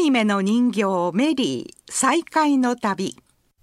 姫の人形メリー再会の旅。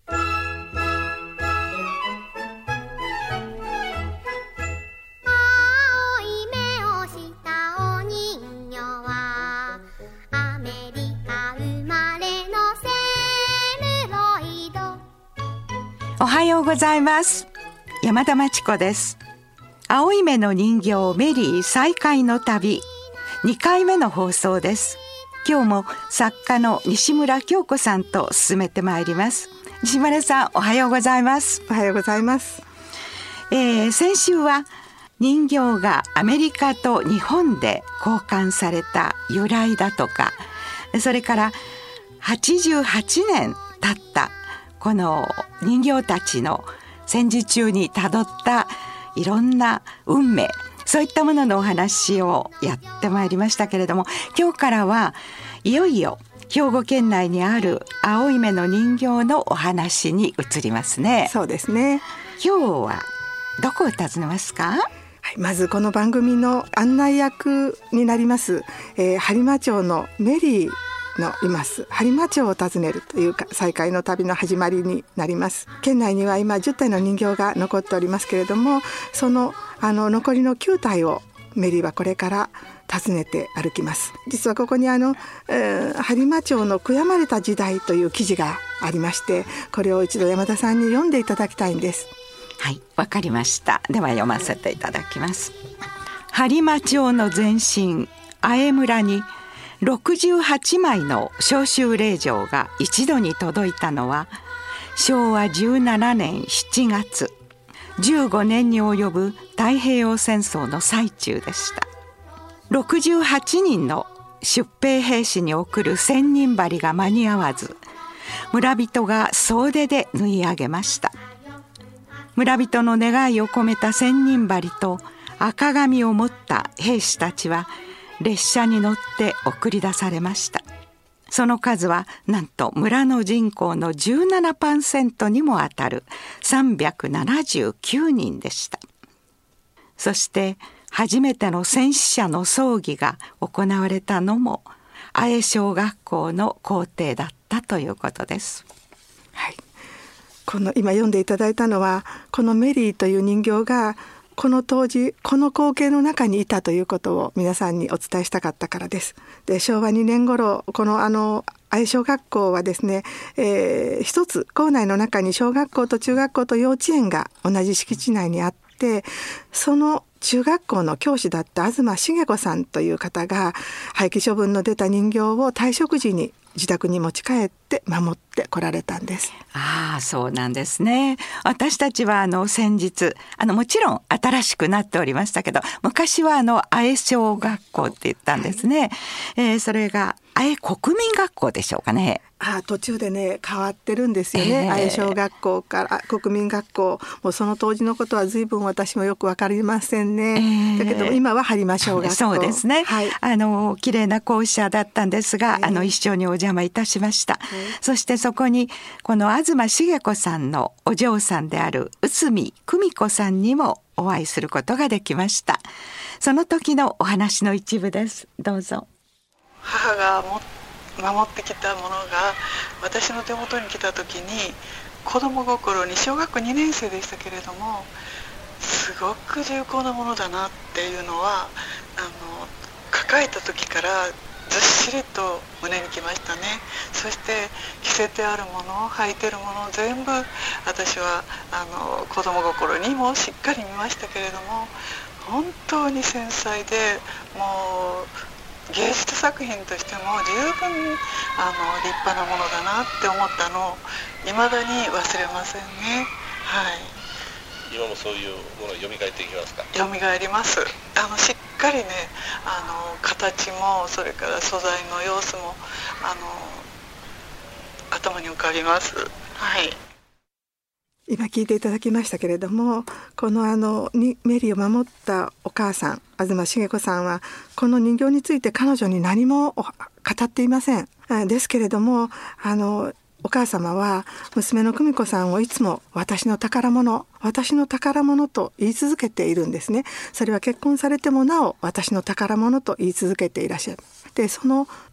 おはようございます。山田真知子です。青い目の人形メリー再会の旅2回目の放送です。今日も作家の西村京子さんと進めてまいります。西村さん、おはようございます。 おはようございます。 先週は人形がアメリカと日本で交換された由来だとか、それから88年経ったこの人形たちの戦時中にたどったいろんな運命、そういったもののお話をやってまいりましたけれども、今日からはいよいよ兵庫県内にある青い目の人形のお話に移りますね。 そうですね。 今日はどこを訪ねますか？ まずこの番組の案内役になります、播磨町のメリーのいます播磨町を訪ねるというか再会の旅の始まりになります。県内には今10体の人形が残っておりますけれども、その残りの9体をメリーはこれから訪ねて歩きます。実はここに播磨町の悔やまれた時代という記事がありまして、これを一度山田さんに読んでいただきたいんです。 はい、わかりました。では読ませていただきます。播磨町の前身阿江村に68枚の召集令状が一度に届いたのは昭和17年7月、15年に及ぶ太平洋戦争の最中でした。68人の出兵兵士に送る千人針が間に合わず、村人が総出で縫い上げました。村人の願いを込めた千人針と赤紙を持った兵士たちは列車に乗って送り出されました。その数はなんと村の人口の 17% にもあたる379人でした。そして初めての戦死者の葬儀が行われたのも阿江小学校の校庭だったということです。 はい、この今読んでいただいたのは、このメリーという人形がこの当時この光景の中にいたということを皆さんにお伝えしたかったからです。で、昭和2年頃この阿江小学校はですね、一つ校内の中に小学校と中学校と幼稚園が同じ敷地内にあって、その中学校の教師だった東茂子さんという方が廃棄処分の出た人形を退職時に自宅に持ち帰って守ってこられたんです。 そうなんですね。私たちは先日もちろん新しくなっておりましたけど、昔は阿江小学校って言ったんですね。それが阿江国民学校でしょうかね。 途中でね変わってるんですよね。阿江小学校から国民学校、もうその当時のことは随分私もよくわかりませんね。だけど今は播磨小学校。 そうですね、 はい、 綺麗な校舎だったんですが、一緒にお邪魔いたしました。そしてそこにこの東茂子さんのお嬢さんである内海久美子さんにもお会いすることができました。その時のお話の一部です。どうぞ。 母が守ってきたものが私の手元に来た時に、子供心に小学2年生でしたけれども、すごく重厚なものだなっていうのは抱えた時からずっしりと胸にきましたね。そして着せてあるもの、履いてるもの全部私は子供心にもしっかり見ましたけれども、本当に繊細で、もう芸術作品としても十分立派なものだなって思ったのを未だに忘れませんね。はい。 今もそういうものが蘇っていきますか？ 蘇ります。しっかりね、形もそれから素材の様子も頭に浮かびます。はい。 今聞いていただきましたけれども、このメリーを守ったお母さん東茂子さんはこの人形について彼女に何も語っていません。ですけれどもお母様は娘の久美子さんをいつも私の宝物と言い続けているんですね。それは結婚されてもなお私の宝物と言い続けていらっしゃる。でその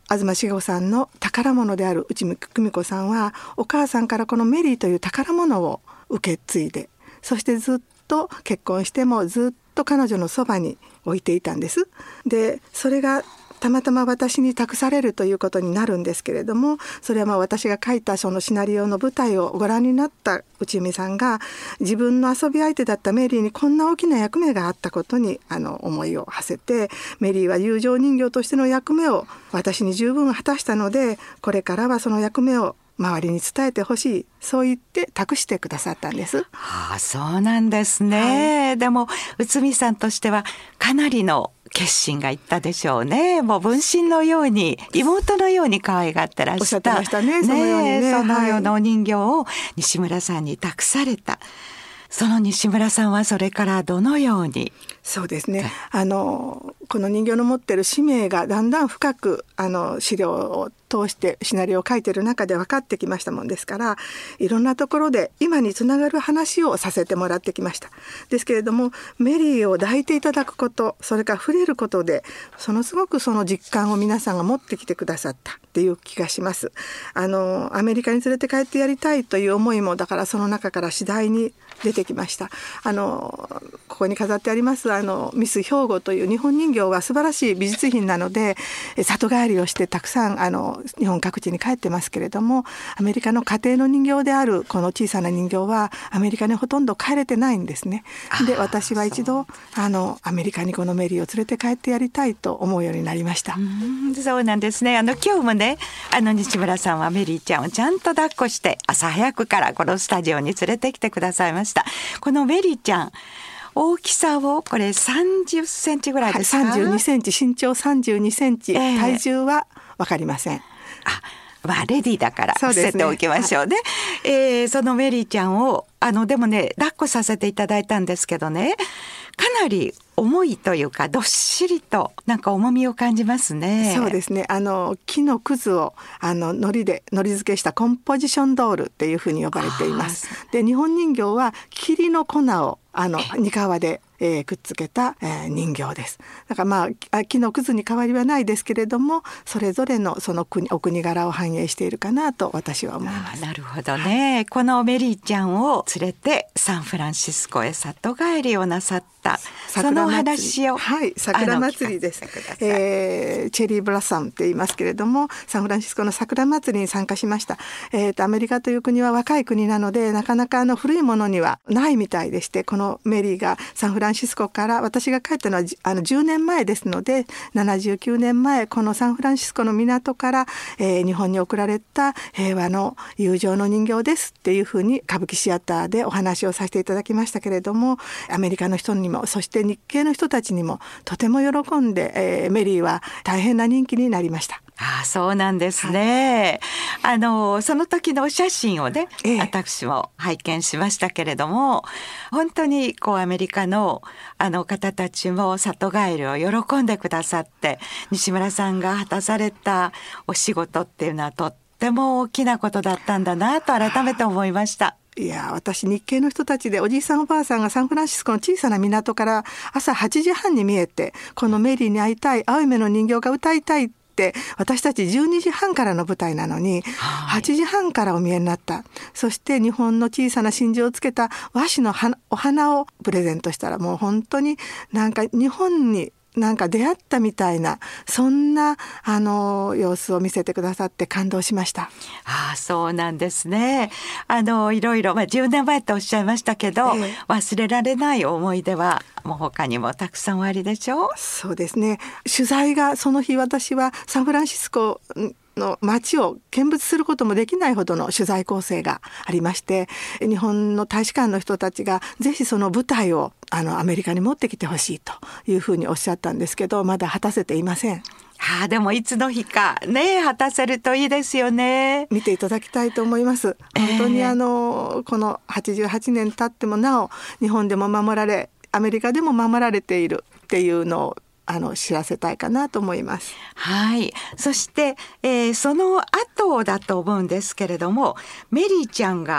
東茂さんの宝物である内海久美子さんはお母さんからこのメリーという宝物を受け継いで、そしてずっと結婚してもずっと彼女のそばに置いていたんです。でそれがたまたま私に託されるということになるんですけれども、それは私が書いたそのシナリオの舞台をご覧になった内海さんが自分の遊び相手だったメリーにこんな大きな役目があったことに思いを馳せて、メリーは友情人形としての役目を私に十分果たしたので、これからはその役目を周りに伝えてほしい、そう言って託してくださったんです。 そうなんですね、はい、でも内海さんとしてはかなりの決心がいったでしょうね。もう分身のように妹のように可愛がってらした、 おっしゃってましたね、そのようにね、 そのようなお人形を西村さんに託された。その西村さんはそれからどのように。 そうですね、この人形の持っている使命がだんだん深く資料を通してシナリオを書いている中で分かってきましたもんですから、いろんなところで今につながる話をさせてもらってきました。ですけれどもメリーを抱いていただくこと、それから触れることですごくその実感を皆さんが持ってきてくださったっていう気がします。アメリカに連れて帰ってやりたいという思いもだからその中から次第に出てきました。ここに飾ってありますミス兵庫という日本人形は素晴らしい美術品なので里帰りをしてたくさん日本各地に帰ってますけれども、アメリカの家庭の人形であるこの小さな人形はアメリカにほとんど帰れてないんですね。で私は一度アメリカにこのメリーを連れて帰ってやりたいと思うようになりました。 そうなんですね。今日もね西村さんはメリーちゃんをちゃんと抱っこして朝早くからこのスタジオに連れてきてくださいました。このメリーちゃん大きさをこれ30センチぐらいですか。 32センチ、身長32センチ、体重は分かりません。 レディーだから伏せておきましょうね。そのメリーちゃんをでもね抱っこさせていただいたんですけどね、かなり重いというかどっしりとなんか重みを感じますね。 そうですね、木のくずを糊付けしたコンポジションドールっていうふうに呼ばれています。で日本人形は桐の粉をにかわでくっつけた、人形です。だから木のくずに変わりはないですけれども、それぞれのそのお国柄を反映しているかなと私は思います。 なるほどね、はい、このメリーちゃんを連れてサンフランシスコへ里帰りをなさったそのお話を、 はい、桜祭りです。チェリーブラッサムって言いますけれども、サンフランシスコの桜祭りに参加しました。アメリカという国は若い国なのでなかなか古いものにはないみたいでして、このメリーがサンフランシスコから私が帰ったのは10年前ですので79年前このサンフランシスコの港から、日本に送られた平和の友情の人形ですっていうふうに歌舞伎シアターでお話をさせていただきましたけれども、アメリカの人にもそして日系の人たちにもとても喜んで、メリーは大変な人気になりました。 そうなんですね、はい、その時のお写真をね、私も拝見しましたけれども、本当にアメリカの方たちも里帰りを喜んでくださって、西村さんが果たされたお仕事っていうのはとっても大きなことだったんだなと改めて思いました。 いや私日系の人たちでおじいさんおばあさんがサンフランシスコの小さな港から朝8時半に見えて、このメリーに会いたい、青い目の人形が歌いたいって私たち12時半からの舞台なのに8時半からお見えになった。そして日本の小さな真珠をつけた和紙のお花をプレゼントしたら、もう本当に日本に出会ったみたいなそんな様子を見せてくださって感動しました。 そうなんですね。いろいろ、10年前とおっしゃいましたけど、忘れられない思い出はもう他にもたくさんおありでしょう。 そうですね、取材がその日私はサンフランシスコの街を見物することもできないほどの取材構成がありまして、日本の大使館の人たちがぜひその舞台をアメリカに持ってきてほしいというふうにおっしゃったんですけど、まだ果たせていません。 でもいつの日かね果たせるといいですよね。 見ていただきたいと思います。本当にこの88年経ってもなお日本でも守られアメリカでも守られているっていうのを知らせたいかなと思います。 はい。そして、その後だと思うんですけれども、メリーちゃんが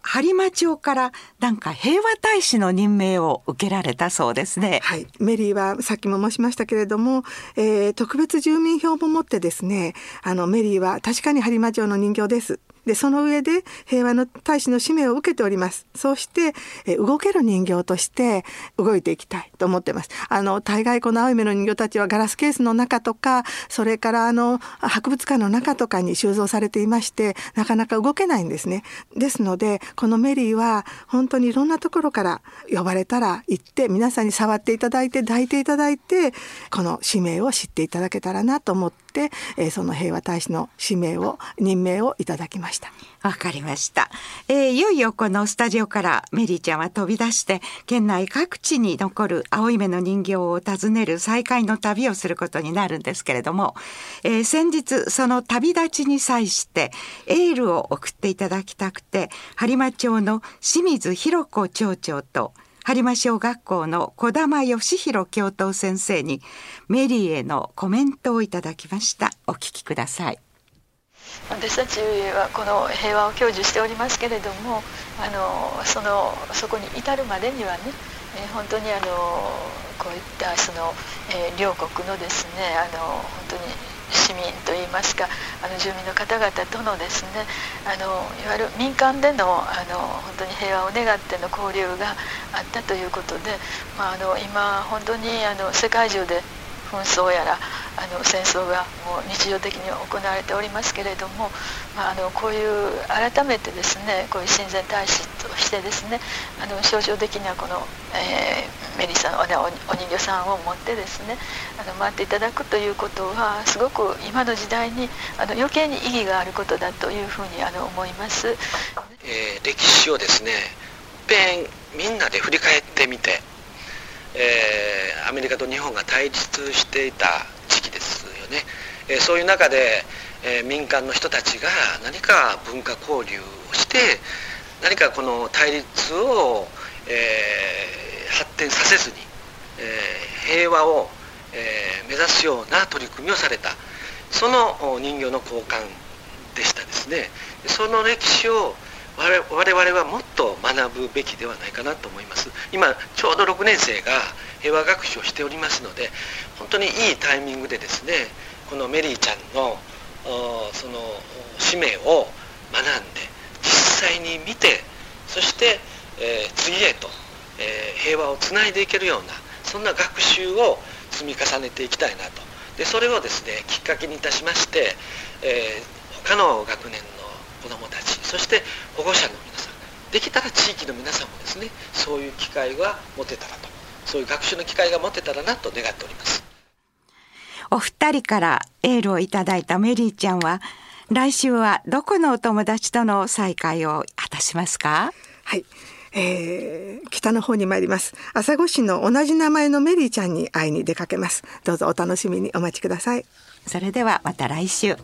播磨町からなんか平和大使の任命を受けられたそうですね。 はい、メリーはさっきも申しましたけれども、特別住民票も持ってですね、メリーは確かに播磨町の人形です。でその上で平和の大使の使命を受けております。そうして、動ける人形として動いていきたいと思ってます。大概この青い目の人形たちはガラスケースの中とか、それから博物館の中とかに収蔵されていまして、なかなか動けないんですね。ですのでこのメリーは本当にいろんなところから呼ばれたら行って、皆さんに触っていただいて抱いていただいて、この使命を知っていただけたらなと思って、その平和大使の任命をいただきました。 わかりました。いよいよこのスタジオからメリーちゃんは飛び出して県内各地に残る青い目の人形を訪ねる再会の旅をすることになるんですけれども、先日その旅立ちに際してエールを送っていただきたくて、播磨町の清水弘子町長と播磨小学校の児玉義弘教頭先生にメリーへのコメントをいただきました。お聞きください。 私たちはこの平和を享受しておりますけれども、そこに至るまでにはね、本当にこういった両国のですね、本当に市民といいますか、住民の方々とのですね、いわゆる民間での本当に平和を願っての交流があったということで、今本当に世界中で紛争やら戦争がもう日常的に行われておりますけれども、こういう改めてですね、こういう親善大使としてですね、象徴的なこの、メリーさんお人形さんを持ってですね回っていただくということは、すごく今の時代に余計に意義があることだというふうに思います。 歴史をですね、みんなで振り返ってみて、アメリカと日本が対立していた時期ですよね。そういう中で、民間の人たちが何か文化交流をして、何かこの対立を、発展させずに、平和を、目指すような取り組みをされた、その人形の交換でしたですね。その歴史を我々はもっと学ぶべきではないかなと思います。今ちょうど6年生が平和学習をしておりますので、本当にいいタイミングでですね、このメリーちゃんのその使命を学んで実際に見て、そして、次へと、平和をつないでいけるような、そんな学習を積み重ねていきたいなと。でそれをですねきっかけにいたしまして、他の学年の子どもたち、そして保護者の皆さん、できたら地域の皆さんもですね、そういう機会が持てたらと、そういう学習の機会が持てたらなと願っております。 お二人からエールをいただいたメリーちゃんは、来週はどこのお友達との再会を果たしますか？ はい、北の方に参ります。朝来市の同じ名前のメリーちゃんに会いに出かけます。どうぞお楽しみにお待ちください。 それではまた来週。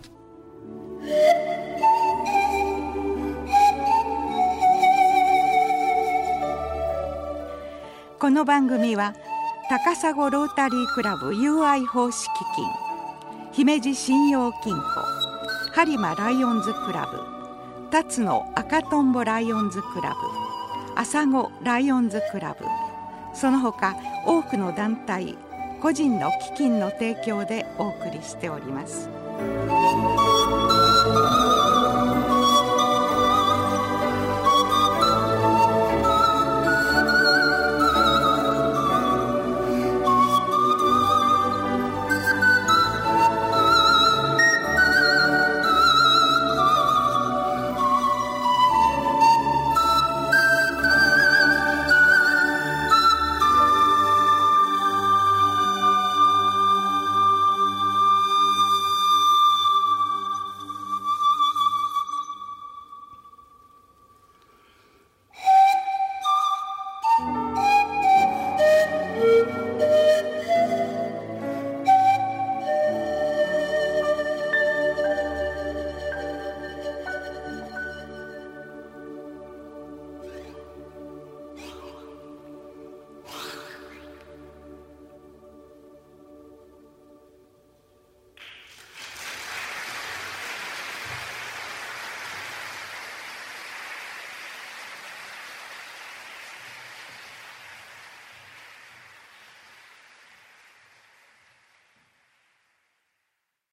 この番組は高砂ロータリークラブ友愛奉仕基金、姫路信用金庫、播磨ライオンズクラブ、辰野赤とんぼライオンズクラブ、朝子ライオンズクラブ、その他多くの団体個人の基金の提供でお送りしております。